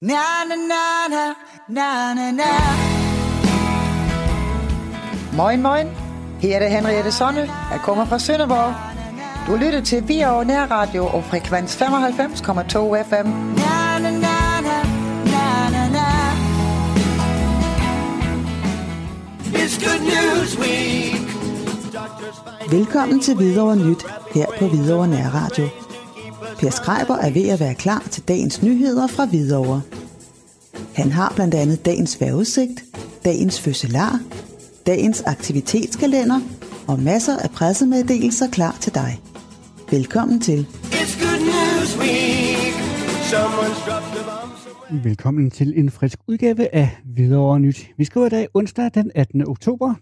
Na na na na na na na. Moin moin, her er det Henriette Sonne, jeg kommer fra Sønderborg. Du lytter til Hvidovre Nærradio og frekvens 95,2 FM. Na na na na na na na. It's good news week. Velkommen til Hvidovre Nyt her på Hvidovre Nærradio. Per Schreiber er ved at være klar til dagens nyheder fra Hvidovre. Han har blandt andet dagens vejrudsigt, dagens fødselar, dagens aktivitetskalender og masser af pressemeddelelser klar til dig. Velkommen til. Velkommen til en frisk udgave af Hvidovre Nyt. Vi skriver i dag onsdag den 18. oktober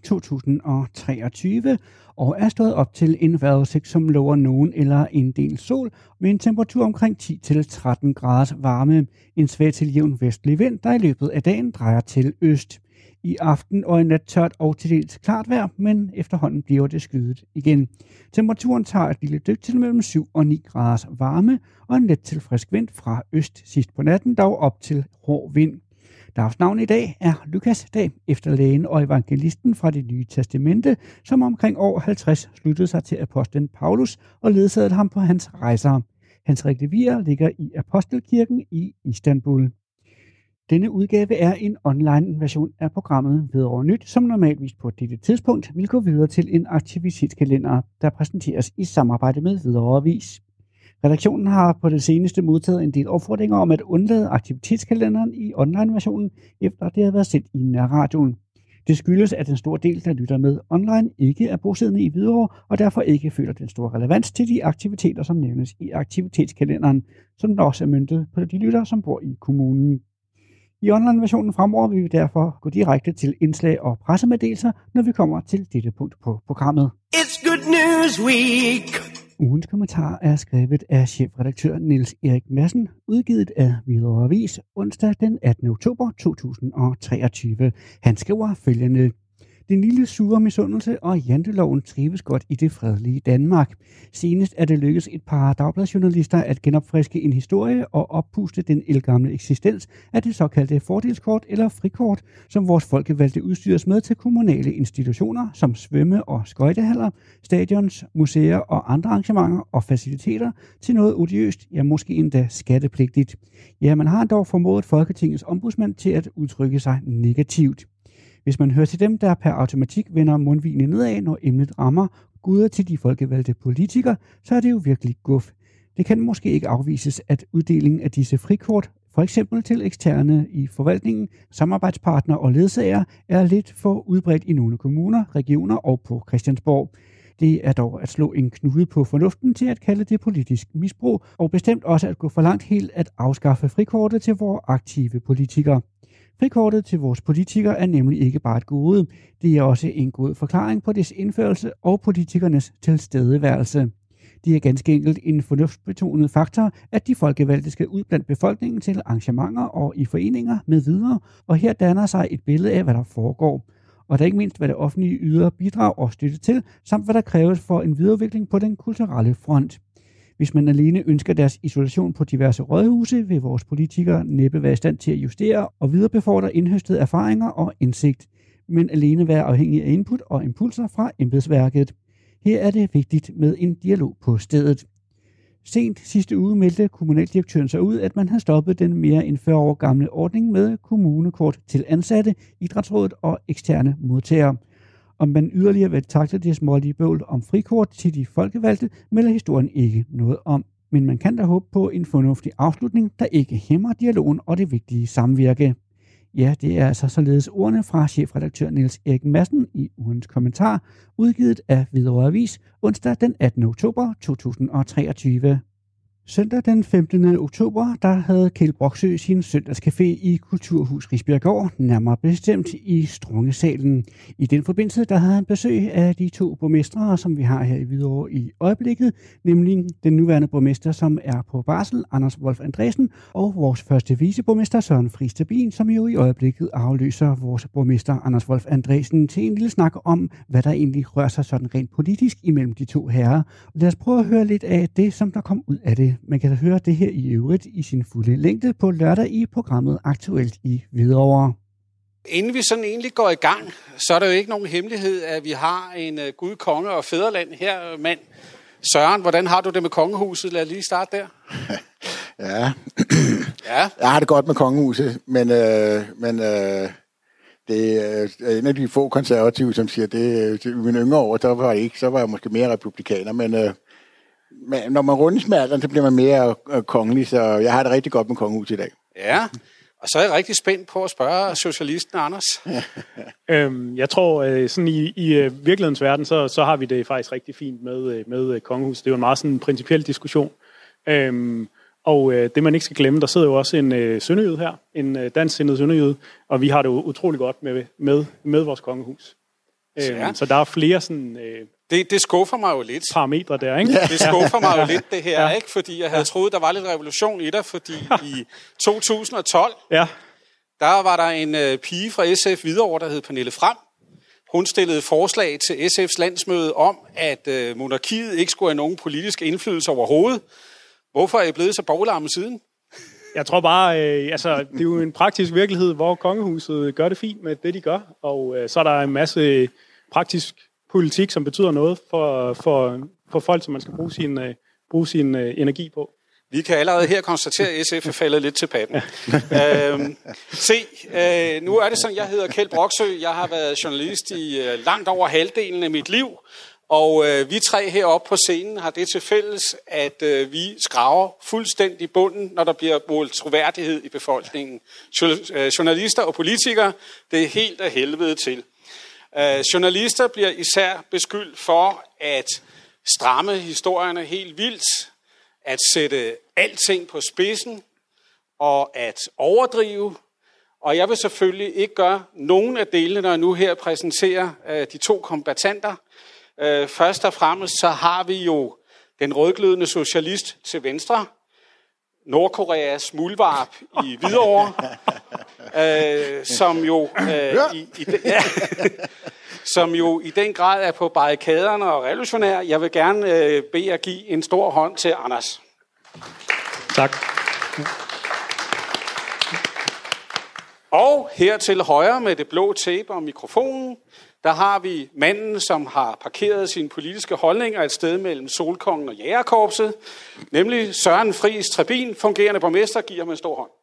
2023 og er stået op til en vejrudsigt, som lover nogen eller en del sol med en temperatur omkring 10-13 graders varme. En svag til jævn vestlig vind, der i løbet af dagen drejer til øst. I aften og i nat tørt og til dels klart vejr, men efterhånden bliver det skyet igen. Temperaturen tager et lille dyk til mellem 7 og 9 graders varme og en let til frisk vind fra øst sidst på natten, dog op til hård vind. Deres navn i dag er Lukas Dag, efterlægen og evangelisten fra Det Nye Testamente, som omkring år 50 sluttede sig til apostlen Paulus og ledsagede ham på hans rejser. Hans rekvier ligger i Apostelkirken i Istanbul. Denne udgave er en online version af programmet Hvidovre Nyt, som normalvis på dette tidspunkt vil gå videre til en aktivitetskalender, der præsenteres i samarbejde med Hvidovre Avis. Redaktionen har på det seneste modtaget en del opfordringer om at undlade aktivitetskalenderen i online-versionen, efter det har været sendt i nærradioen. Det skyldes, at en stor del, der lytter med online, ikke er bosiddende i Hvidovre, og derfor ikke føler den store relevans til de aktiviteter, som nævnes i aktivitetskalenderen, som også er møntet på de lyttere, som bor i kommunen. I online-versionen fremover vil vi derfor gå direkte til indslag og pressemeddelelser, når vi kommer til dette punkt på programmet. It's good news week. Ugens kommentar er skrevet af chefredaktør Niels Erik Madsen, udgivet af Hvidovre Avis onsdag den 18. oktober 2023. Han skriver følgende: Den lille sure misundelse og janteloven trives godt i det fredelige Danmark. Senest er det lykkedes et par dagbladsjournalister at genopfriske en historie og oppuste den ældgamle eksistens af det såkaldte fordelskort eller frikort, som vores folkevalgte udstyres med til kommunale institutioner som svømme- og skøjtehaller, stadions, museer og andre arrangementer og faciliteter til noget odiøst, ja måske endda skattepligtigt. Ja, man har dog formået Folketingets ombudsmand til at udtrykke sig negativt. Hvis man hører til dem, der per automatik vender mundvigene nedad, når emnet rammer guder til de folkevalgte politikere, så er det jo virkelig guf. Det kan måske ikke afvises, at uddelingen af disse frikort, for eksempel til eksterne i forvaltningen, samarbejdspartnere og ledsager, er lidt for udbredt i nogle kommuner, regioner og på Christiansborg. Det er dog at slå en knude på fornuften til at kalde det politisk misbrug, og bestemt også at gå for langt helt at afskaffe frikortet til vores aktive politikere. Frikortet til vores politikere er nemlig ikke bare et gode, det er også en god forklaring på dets indførelse og politikernes tilstedeværelse. Det er ganske enkelt en fornuftsbetonet faktor, at de folkevalgte skal ud blandt befolkningen til arrangementer og i foreninger med videre, og her danner sig et billede af, hvad der foregår. Og der ikke mindst, hvad det offentlige yder bidrag og støtte til, samt hvad der kræves for en videreudvikling på den kulturelle front. Hvis man alene ønsker deres isolation på diverse rådhuse, vil vores politikere næppe være i stand til at justere og viderebefordre indhøstede erfaringer og indsigt, men alene være afhængig af input og impulser fra embedsværket. Her er det vigtigt med en dialog på stedet. Sent sidste uge meldte kommunaldirektøren sig ud, at man havde stoppet den mere end 40 år gamle ordning med kommunekort til ansatte, idrætsrådet og eksterne modtagere. Om man yderligere vil takle det smålige bøvl om frikort til de folkevalgte, melder historien ikke noget om. Men man kan da håbe på en fornuftig afslutning, der ikke hæmmer dialogen og det vigtige samvirke. Ja, det er altså således ordene fra chefredaktør Niels Erik Madsen i ugens kommentar, udgivet af Hvidovre Avis onsdag den 18. oktober 2023. Søndag den 15. oktober, der havde Kjeld Broksø sin søndagscafé i Kulturhus Risbjerggård, nærmere bestemt i Strungesalen. I den forbindelse, der havde han besøg af de to borgmestre, som vi har her i Hvidovre i øjeblikket, nemlig den nuværende borgmester, som er på barsel, Anders Wolf Andresen, og vores første viceborgmester, Søren Friis Stabin, som jo i øjeblikket afløser vores borgmester, Anders Wolf Andresen, til en lille snak om, hvad der egentlig rører sig sådan rent politisk imellem de to herrer. Lad os prøve at høre lidt af det, som der kom ud af det. man kan da høre det her i øvrigt i sin fulde længde på lørdag i programmet Aktuelt i Hvidovre. Inden vi sådan egentlig går i gang, så er der jo ikke nogen hemmelighed, at vi har en Gud, konge og fædreland her, mand. Søren, hvordan har du det med kongehuset? Lad os lige starte der. Ja, jeg har det godt med kongehuset, men det er en af de få konservative, som siger, det i mine yngre år, så var jeg måske mere republikaner, men når man rundes med alderen, så bliver man mere kongelig, så jeg har det rigtig godt med kongehuset i dag. Ja, og så er jeg rigtig spændt på at spørge socialisten Anders. Jeg tror, sådan i virkelighedens verden, så har vi det faktisk rigtig fint med kongehuset. Det er jo en meget sådan principiel diskussion. Og det man ikke skal glemme, der sidder jo også en sønderjyde her, en dansksindet sønderjyde, og vi har det jo utrolig godt med vores kongehus. Så der er flere sådan... Det skuffer mig jo lidt. Parametre der, ikke? Det skuffer mig jo lidt, det her, ikke? Fordi jeg havde troet, der var lidt revolution i dig, fordi i 2012, der var der en pige fra SF Hvidovre, der hed Pernille Frem. Hun stillede forslag til SF's landsmøde om, at monarkiet ikke skulle have nogen politisk indflydelse overhovedet. Hvorfor er I blevet så boglamme siden? Jeg tror bare, det er jo en praktisk virkelighed, hvor kongehuset gør det fint med det, de gør. Og så er der en masse praktisk politik, som betyder noget for folk, som man skal bruge sin energi på. Vi kan allerede her konstatere, at SF er faldet lidt til patten. Nu er det sådan, jeg hedder Kjeld Broksø. Jeg har været journalist i langt over halvdelen af mit liv. Og vi tre heroppe på scenen har det til fælles, at vi skraver fuldstændig bunden, når der bliver målt troværdighed i befolkningen. Journalister og politikere, det er helt af helvede til. Journalister bliver især beskyldt for at stramme historierne helt vildt, at sætte alting på spidsen og at overdrive. Og jeg vil selvfølgelig ikke gøre nogen af delene, når jeg nu her præsenterer de to kombattanter. Først og fremmest så har vi jo den rødglødende socialist til venstre, Nordkoreas muldvarp i Hvidovre, som jo i den grad er på barrikaderne og revolutionær. Jeg vil gerne bede at give en stor hånd til Anders. Tak. Og her til højre med det blå tape og mikrofonen, der har vi manden, som har parkeret sine politiske holdninger et sted mellem Solkongen og Jægerkorpset, nemlig Søren Friis Trebin, fungerende borgmester, giver ham en stor hånd.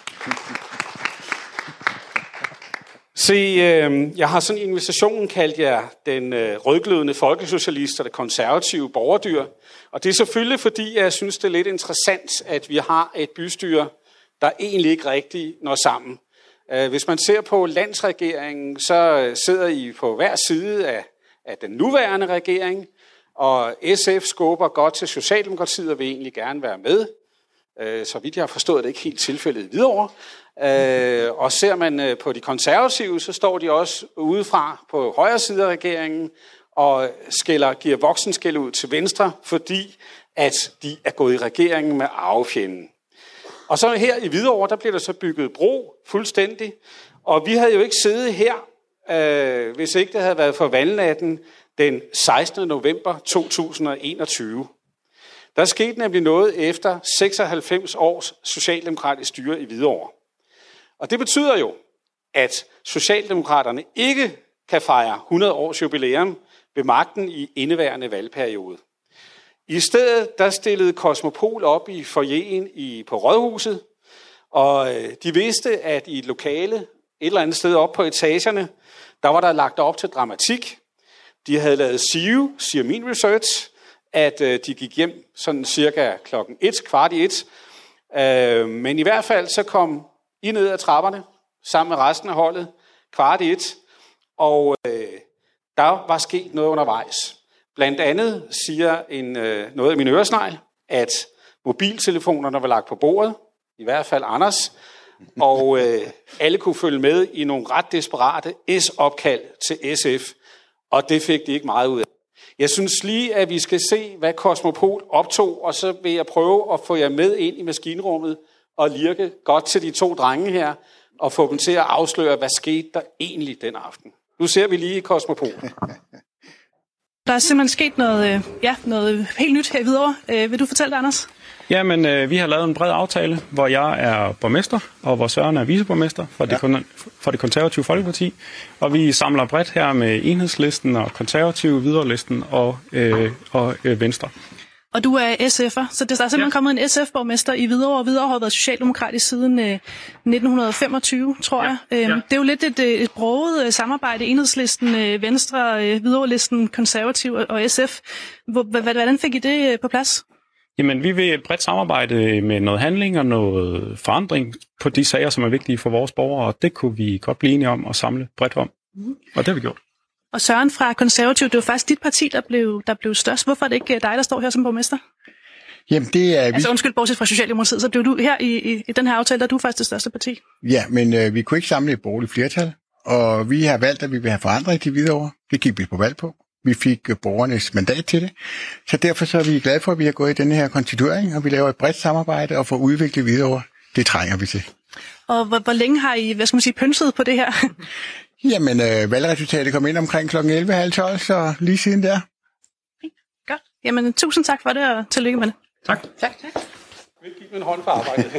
Jeg har sådan en invitation kaldt jer den rødglødende folkesocialist og det konservative borgerdyr. Og det er selvfølgelig, fordi jeg synes, det er lidt interessant, at vi har et bystyre, der egentlig ikke rigtig når sammen. Hvis man ser på landsregeringen, så sidder I på hver side af den nuværende regering, og SF skubber godt til Socialdemokratiet og vil egentlig gerne være med. Så vidt jeg har forstået, det ikke helt tilfældet i Hvidovre. Og ser man på de konservative, så står de også udefra på højre side af regeringen og giver voksenskæld ud til venstre, fordi at de er gået i regeringen med arvefjenden. Og så her i Hvidovre, der bliver der så bygget bro fuldstændig. Og vi havde jo ikke siddet her, hvis ikke det havde været for valgnatten den 16. november 2021. Der skete nemlig noget efter 96 års socialdemokratisk styre i Hvidovre. Og det betyder jo, at Socialdemokraterne ikke kan fejre 100 års jubilæum ved magten i indeværende valgperiode. I stedet der stillede Kosmopol op i foyeren på Rådhuset, og de vidste, at i et lokale et eller andet sted op på etagerne, der var der lagt op til dramatik. De havde lavet siger min research, at de gik hjem sådan cirka klokken 1:15. Men i hvert fald så kom I ned ad trapperne sammen med resten af holdet 1:15, og der var sket noget undervejs. Blandt andet siger noget af min øresnegl, at mobiltelefonerne var lagt på bordet, i hvert fald Anders, og alle kunne følge med i nogle ret desperate S-opkald til SF, og det fik de ikke meget ud af. Jeg synes lige, at vi skal se, hvad Kosmopol optog, og så vil jeg prøve at få jer med ind i maskinrummet og lirke godt til de to drenge her, og få dem til at afsløre, hvad skete der egentlig den aften. Nu ser vi lige Kosmopol. Der er simpelthen sket noget helt nyt her i Hvidovre. Vil du fortælle det, Anders? Jamen, vi har lavet en bred aftale, hvor jeg er borgmester, og hvor Søren er viceborgmester for det konservative Folkeparti. Og vi samler bredt her med Enhedslisten og konservative, Hvidovre-listen og Venstre. Og du er SF'er, så der er simpelthen kommet en SF-borgmester i Hvidovre, og Hvidovre har været socialdemokratisk siden 1925, tror jeg. Det er jo lidt et broget samarbejde, Enhedslisten, Venstre, Hvidovre-listen, konservativ og SF. Hvordan fik I det på plads? Jamen, vi vil bredt samarbejde med noget handling og noget forandring på de sager, som er vigtige for vores borgere, og det kunne vi godt blive enige om at samle bredt om. Og det har vi gjort. Og Søren fra Konservativ, det var faktisk dit parti, der blev størst. Hvorfor er det ikke dig, der står her som borgmester? Jamen, det er altså undskyld, bortset fra Socialdemokratiet, så blev du her i den her aftale, der er du faktisk det største parti. Ja, men vi kunne ikke samle et borgerligt flertal, og vi har valgt, at vi vil have forandring til Hvidovre. Det gik vi på valg på. Vi fik borgernes mandat til det. Så derfor så er vi glade for, at vi har gået i denne her konstituering, og vi laver et bredt samarbejde og får udviklet Hvidovre. Det trænger vi til. Og hvor længe har I, pønset på det her? Jamen, valgresultatet kom ind omkring kl. 11:30, så lige siden der. Godt. Jamen, tusind tak for det, og tillykke med det. Tak. Tak. Vi giver en hånd for arbejdet.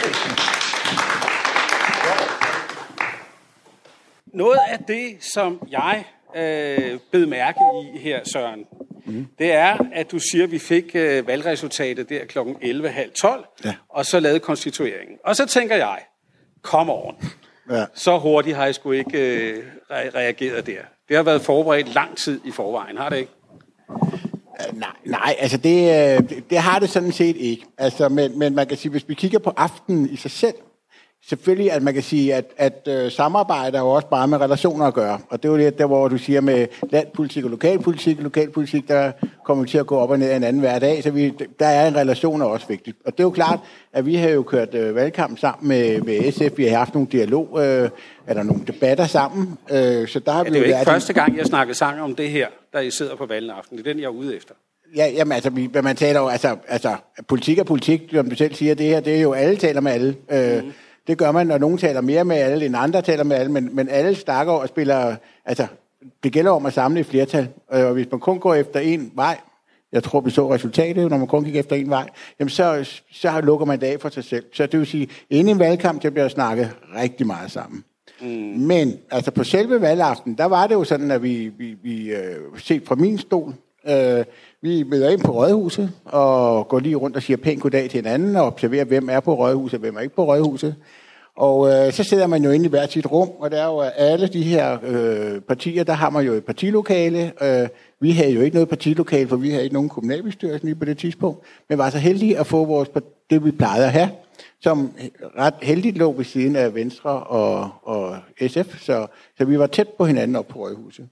Noget af det, som jeg bed mærke i her, Søren, det er, at du siger, at vi fik valgresultatet der kl. 11:30, og så lavede konstitueringen. Og så tænker jeg, come on. Ja. Så hurtigt har jeg sgu ikke reageret der. Det har været forberedt lang tid i forvejen, har det ikke? Nej, altså det har det sådan set ikke. Altså, men man kan sige, hvis vi kigger på aftenen i sig selv, selvfølgelig, at man kan sige, at samarbejde er jo også bare med relationer at gøre. Og det er jo lidt der, hvor du siger med landpolitik og lokalpolitik. Lokalpolitik, der kommer til at gå op og ned af en anden hver dag. Så der er en relation, der er også vigtigt. Og det er jo klart, at vi har jo kørt valgkamp sammen med SF. Vi har haft nogle dialog, eller nogle debatter sammen. Så der har vi det er jo ikke første gang, jeg snakker sammen om det her, da I sidder på valgaften. Det er den, jeg er ude efter. Ja, jamen altså, man taler jo, altså politik er politik, som du selv siger, det her, det er jo alle taler med alle. Det gør man, når nogen taler mere med alle, end andre taler med alle, men alle snakker og spiller, altså, det gælder om at samle et flertal. Og hvis man kun går efter en vej, jeg tror, vi så resultatet, når man kun gik efter en vej, jamen så lukker man det af for sig selv. Så det vil sige, inden i en valgkamp, der bliver snakket rigtig meget sammen. Men altså på selve valgaften, der var det jo sådan, at vi set fra min stol, vi møder ind på Rådhuset og går lige rundt og siger pænt goddag til hinanden og observerer, hvem er på Rådhuset og hvem er ikke på Rådhuset. Og så sidder man jo inde i hvert sit rum, og der er jo alle de her partier, der har man jo et partilokale. Vi havde jo ikke noget partilokale, for vi havde ikke nogen kommunalbestyrelse lige på det tidspunkt, men var så heldige at få det, vi plejede at have, som ret heldigt lå ved siden af Venstre og SF, så vi var tæt på hinanden op på Rådhuset.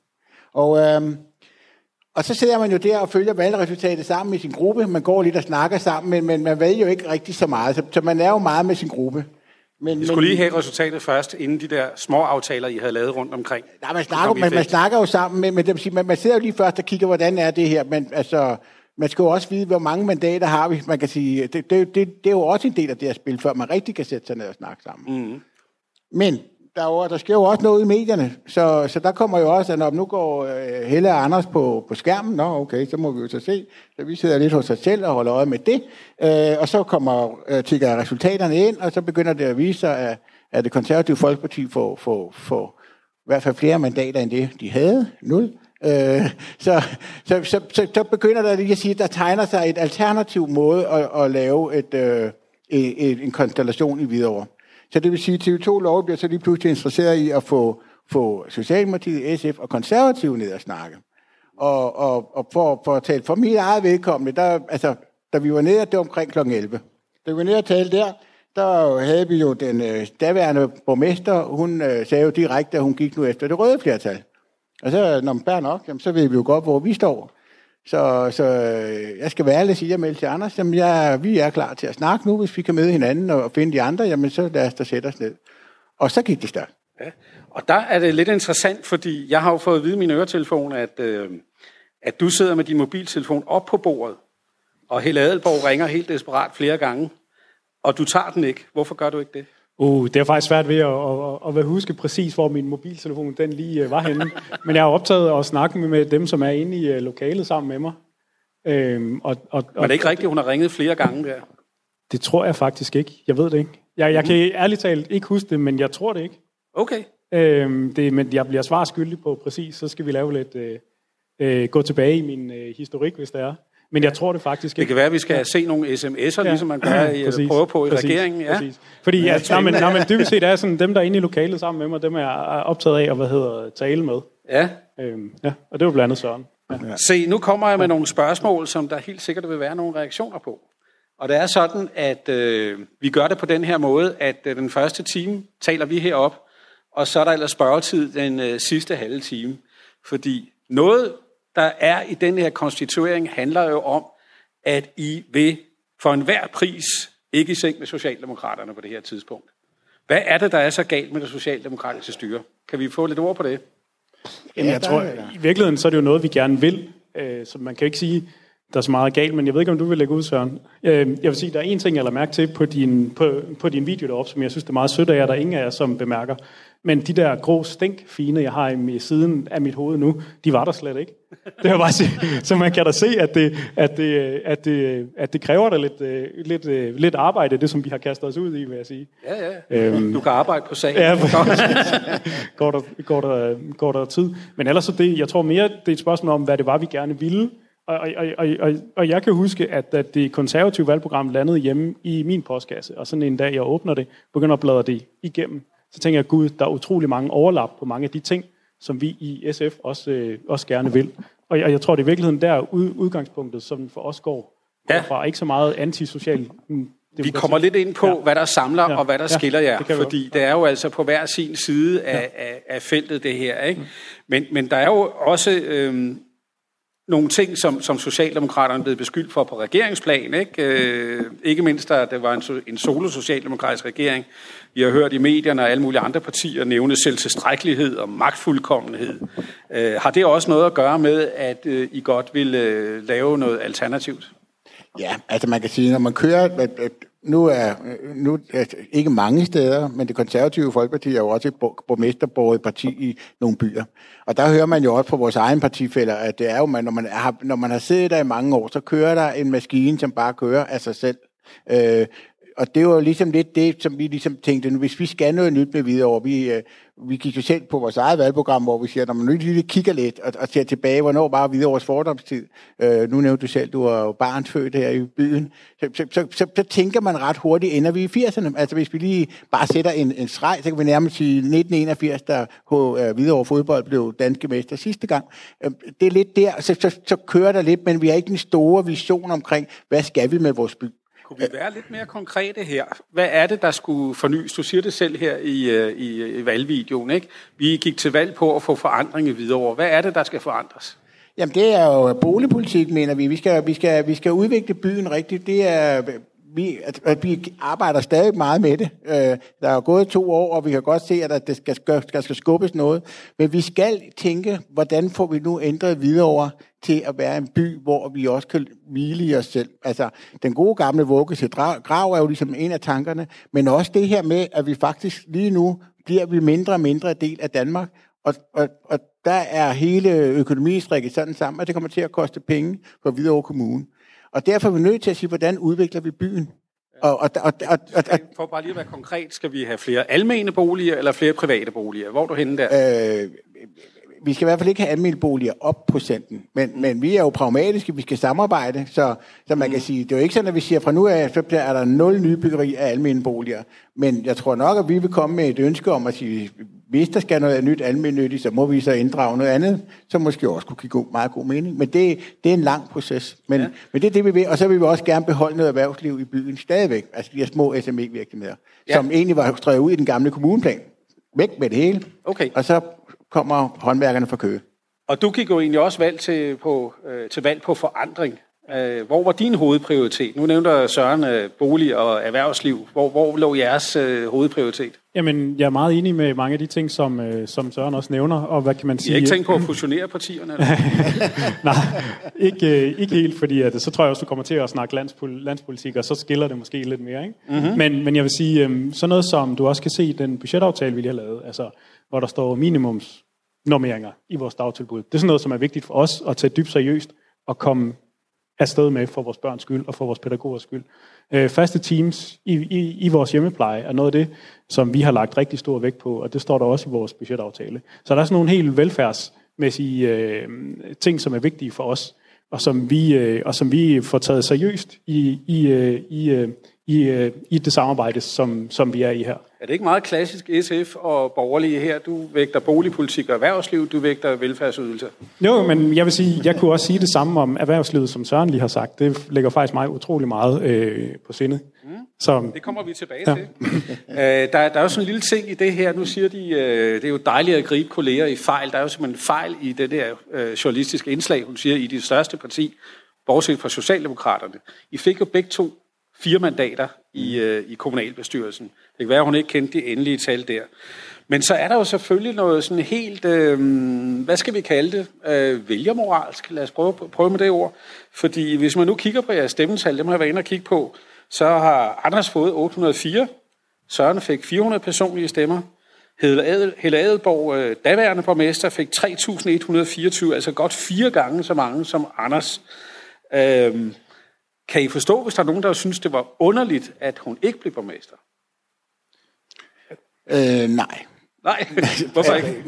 Og så sidder man jo der og følger valgresultatet sammen med sin gruppe. Man går lidt og snakker sammen, men man ved jo ikke rigtig så meget. Så man er jo meget med sin gruppe. I skulle lige have resultatet først, inden de der små aftaler, I havde lavet rundt omkring. Nej, man snakker jo sammen, men man sidder jo lige først og kigger, hvordan er det her. Men altså, man skal jo også vide, hvor mange mandater har vi. Man kan sige, det er jo også en del af det her spil, før man rigtig kan sætte sig ned og snakke sammen. Men der sker jo også noget i medierne, så der kommer jo også, at når nu går Helle og Anders på skærmen, okay, så må vi jo så se. Så vi sidder lidt hos os selv og holder øje med det, og så tikker resultaterne ind, og så begynder det at vise sig, at det konservative Folkeparti får i hvert fald flere mandater end det, de havde. 0. Så begynder der lige at sige, at der tegner sig et alternativ måde at lave en konstellation i Hvidovre. Så det vil sige, at TV2 Lov bliver så lige pludselig interesseret i at få Socialdemokratiet, SF og Konservative ned at snakke. Og for at tale for mit eget vedkommende, da vi var nede, det var omkring kl. 11. Da vi var nede at tale der havde vi jo den daværende borgmester, hun sagde jo direkte, at hun gik nu efter det røde flertal. Og så, når man bærer nok, jamen, så ved vi jo godt, hvor vi står. Så jeg skal være ærlig og sige, at jeg melder til Anders, jamen vi er klar til at snakke nu, hvis vi kan møde hinanden og finde de andre, jamen så lad os da sætte os ned. Og så gik det stærkt. Ja. Og der er det lidt interessant, fordi jeg har jo fået at vide i min øretelefon, at du sidder med din mobiltelefon op på bordet, og Helle Adelborg ringer helt desperat flere gange, og du tager den ikke. Hvorfor gør du ikke det? Det er faktisk svært ved at huske præcis, hvor min mobiltelefon den lige var henne. Men jeg har optaget at snakke med dem, som er inde i lokalet sammen med mig. Var det ikke rigtigt, hun har ringet flere gange der? Det tror jeg faktisk ikke. Jeg ved det ikke. Jeg kan ærligt talt ikke huske det, men jeg tror det ikke. Okay. Men jeg bliver svarskyldig på præcis, så skal vi lave lidt... gå tilbage i min historik, hvis det er. Men jeg tror det faktisk ikke. Det kan være, at vi skal se nogle sms'er, ligesom man gør prøver på i regeringen. Ja. Fordi dybest set er sådan, dem, der er inde i lokalet sammen med mig, dem er jeg optaget af at tale med. Ja. Og det var blandt andet Søren. Ja. Se, nu kommer jeg med nogle spørgsmål, som der helt sikkert vil være nogle reaktioner på. Og det er sådan, at vi gør det på den her måde, at den første time taler vi herop, og så er der ellers spørgetid den sidste halve time. Fordi noget, der er i den her konstituering, handler jo om, at I vil for enhver pris ikke i seng med Socialdemokraterne på det her tidspunkt. Hvad er det, der er så galt med det socialdemokratiske styre? Kan vi få lidt ord på det? Jamen, jeg tror, i virkeligheden så er det jo noget, vi gerne vil. Så man kan ikke sige, der er så meget galt, men jeg ved ikke, om du vil lægge ud, Søren. Jeg vil sige, der er en ting, jeg lader mærke til på din video deroppe, som jeg synes, det er meget sødt af jer, der er ingen af jer, som bemærker. Men de der grå stinkfine, jeg har i siden af mit hoved nu, de var der slet ikke. Det var bare sige. Så man kan da se, at det kræver der lidt arbejde, det som vi har kastet os ud i, vil jeg sige. Ja. Du kan arbejde på sagen. Ja, går der tid. Men ellers så det, jeg tror mere, det er et spørgsmål om, hvad det var, vi gerne ville. Og jeg kan huske, at det konservative valgprogram landede hjemme i min postkasse, og sådan en dag, jeg åbner det, begynder at bladre det igennem. Så tænker jeg, gud, der er utrolig mange overlap på mange af de ting, som vi i SF også gerne vil. Og jeg tror, det er i virkeligheden der udgangspunktet, som for os går fra ikke så meget antisocial demokrati. Vi kommer lidt ind på, hvad der samler og hvad der skiller jer, fordi det er jo altså på hver sin side af feltet det her, ikke? Men der er jo også nogle ting, som Socialdemokraterne er blevet beskyldt for på regeringsplan, ikke mindst, da det var en solo-socialdemokratisk regering. Vi har hørt i medierne og alle mulige andre partier nævne selvtilstrækkelighed og magtfuldkommenhed. Har det også noget at gøre med, at I godt vil lave noget alternativt? Ja, altså man kan sige, når man kører... Nu er ikke mange steder, men det konservative Folkeparti er jo også et borgmesterborget parti i nogle byer. Og der hører man jo også fra vores egen partifæller, at det er jo, når man har siddet der i mange år, så kører der en maskine, som bare kører af sig selv. Og det var jo ligesom lidt det, som vi ligesom tænkte, hvis vi skal noget nyt med Hvidovre, vi gik jo selv på vores eget valgprogram, hvor vi siger, når man nu lige kigger lidt og ser tilbage, hvornår var Hvidovres fordomstid. Nu nævnte du selv, du var jo barnsfødt her i byen. Så tænker man ret hurtigt, ender vi i 80'erne. Altså hvis vi lige bare sætter en streg, så kan vi nærmest sige 1981, da Hvidovre fodbold blev danske mester sidste gang. Det er lidt der, så kører der lidt, men vi har ikke en store vision omkring, hvad skal vi med vores by. Kunne vi være lidt mere konkrete her? Hvad er det, der skulle fornyes? Du siger det selv her i valgvideoen, ikke? Vi gik til valg på at få forandring i Hvidovre. Hvad er det, der skal forandres? Jamen, det er jo boligpolitik, mener vi. Vi skal udvikle byen rigtigt. Det er... Vi arbejder stadig meget med det. Der er gået 2 år, og vi kan godt se, at det skal skubbes noget. Men vi skal tænke, hvordan får vi nu ændret Hvidovre til at være en by, hvor vi også kan hvile i os selv. Altså, den gode gamle vugge til grav er jo ligesom en af tankerne, men også det her med, at vi faktisk lige nu bliver vi mindre og mindre del af Danmark, og der er hele økonomien strikket sådan sammen, at det kommer til at koste penge for Hvidovre Kommune. Og derfor er vi nødt til at sige, hvordan udvikler vi byen? For bare lige at være konkret, skal vi have flere almene boliger eller flere private boliger? Hvor er du henne der? Vi skal i hvert fald ikke have almene boliger op procenten, men vi er jo pragmatiske, vi skal samarbejde, så man kan sige, det er jo ikke sådan, at vi siger, fra nu af, så er der 0 nye byggeri af almene boliger. Men jeg tror nok, at vi vil komme med et ønske om at sige, hvis der skal noget nyt almennyttigt, så må vi så inddrage noget andet, som måske også kunne give meget god mening. Men det er en lang proces. Men det er det, vi vil, og så vil vi også gerne beholde noget erhvervsliv i byen stadigvæk. Altså de her små SME-virksomheder, som egentlig var strøget ud i den gamle kommuneplan. Væk med det hele. Okay. Og så kommer håndværkerne fra Køge. Og du gik jo egentlig også til valg på forandring. Hvor var din hovedprioritet? Nu nævnte Søren bolig og erhvervsliv. Hvor lå jeres hovedprioritet? Jamen, jeg er meget enig med mange af de ting, som Søren også nævner, og hvad kan man sige... I har ikke tænkt på at fusionere partierne? Nej, ikke helt, fordi at, så tror jeg også, du kommer til at snakke landspolitik, og så skiller det måske lidt mere, ikke? Mm-hmm. Men jeg vil sige, sådan noget som du også kan se i den budgetaftale, vi lige har lavet, altså, hvor der står minimumsnormeringer i vores dagtilbud. Det er sådan noget, som er vigtigt for os at tage dybt seriøst og komme afsted med for vores børns skyld og for vores pædagogers skyld. Faste teams i vores hjemmepleje er noget af det, som vi har lagt rigtig stor vægt på, og det står der også i vores budgetaftale. Så der er sådan nogle helt velfærdsmæssige ting, som er vigtige for os, og som vi får taget seriøst i det samarbejde, som vi er i her. Er det ikke meget klassisk SF og borgerlige her? Du vægter boligpolitik og erhvervsliv, du vægter velfærdsydelser. Jo, men jeg vil sige, jeg kunne også sige det samme om erhvervslivet, som Søren lige har sagt. Det ligger faktisk mig utrolig meget på sinde. Så, det kommer vi tilbage til. Der er jo sådan en lille ting i det her. Nu siger de, det er jo dejligt at gribe kolleger i fejl. Der er jo simpelthen fejl i det der journalistiske indslag, hun siger, i det største parti, bortset fra Socialdemokraterne. I fik jo begge 2 4 mandater i kommunalbestyrelsen. Det kan være, at hun ikke kendte de endelige tal der. Men så er der jo selvfølgelig noget sådan helt, hvad skal vi kalde det, vælgermoralsk. Lad os prøve med det ord. Fordi hvis man nu kigger på jeres stemmetal, det må jeg være inde og kigge på, så har Anders fået 804, Søren fik 400 personlige stemmer, Helle Adelborg, daværende borgmester, fik 3.124, altså godt 4 gange så mange som Anders. Kan I forstå, hvis der er nogen, der synes, det var underligt, at hun ikke blev borgmester? Nej. Nej, hvorfor ikke?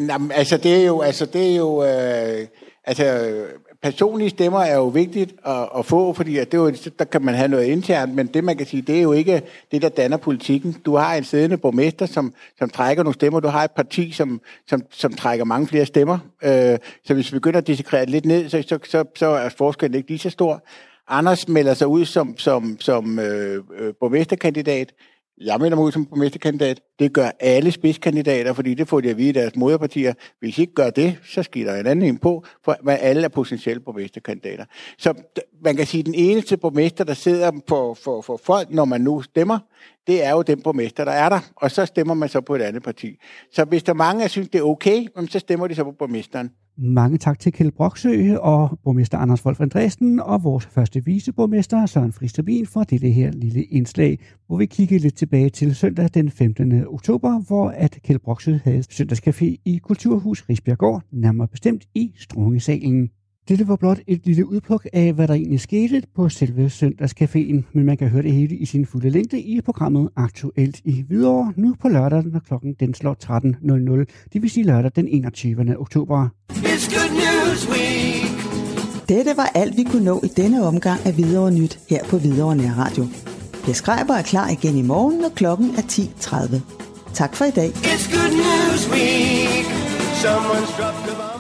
Personlige stemmer er jo vigtigt at få, fordi at der kan man have noget internt, men det man kan sige, det er jo ikke det, der danner politikken. Du har en siddende borgmester, som trækker nogle stemmer, du har et parti, som trækker mange flere stemmer. Så hvis vi begynder at dissekrere lidt ned, så er forskellen ikke lige så stor. Anders melder sig ud som borgmesterkandidat. Jeg melder mig ud som borgmesterkandidat. Det gør alle spidskandidater, fordi det får de at vide i deres moderpartier. Hvis I ikke gør det, så sker der en anden en på, for alle er potentielle borgmesterkandidater. Så man kan sige, at den eneste borgmester, der sidder for folk, når man nu stemmer, det er jo den borgmester, der er der. Og så stemmer man så på et andet parti. Så hvis der mange, der synes, det er okay, så stemmer de så på borgmesteren. Mange tak til Kjeld Broksø og borgmester Anders Wolf Andresen og vores første viceborgmester Søren Friis Tabin for dette her lille indslag, hvor vi kigger lidt tilbage til søndag den 15. oktober, hvor at Kjeld Broksø havde søndagscafé i Kulturhus Risbjerggård, nærmere bestemt i Strungesalen. Dette var blot et lille udpluk af, hvad der egentlig skete på selve søndagscaféen, men man kan høre det hele i sin fulde længde i programmet Aktuelt i Hvidovre, nu på lørdag, når klokken den slår 13.00, det vil sige lørdag den 21. oktober. Dette var alt, vi kunne nå i denne omgang af Hvidovre Nyt her på Hvidovre Nærradio. Per Skreiber er klar igen i morgen, når klokken er 10.30. Tak for i dag.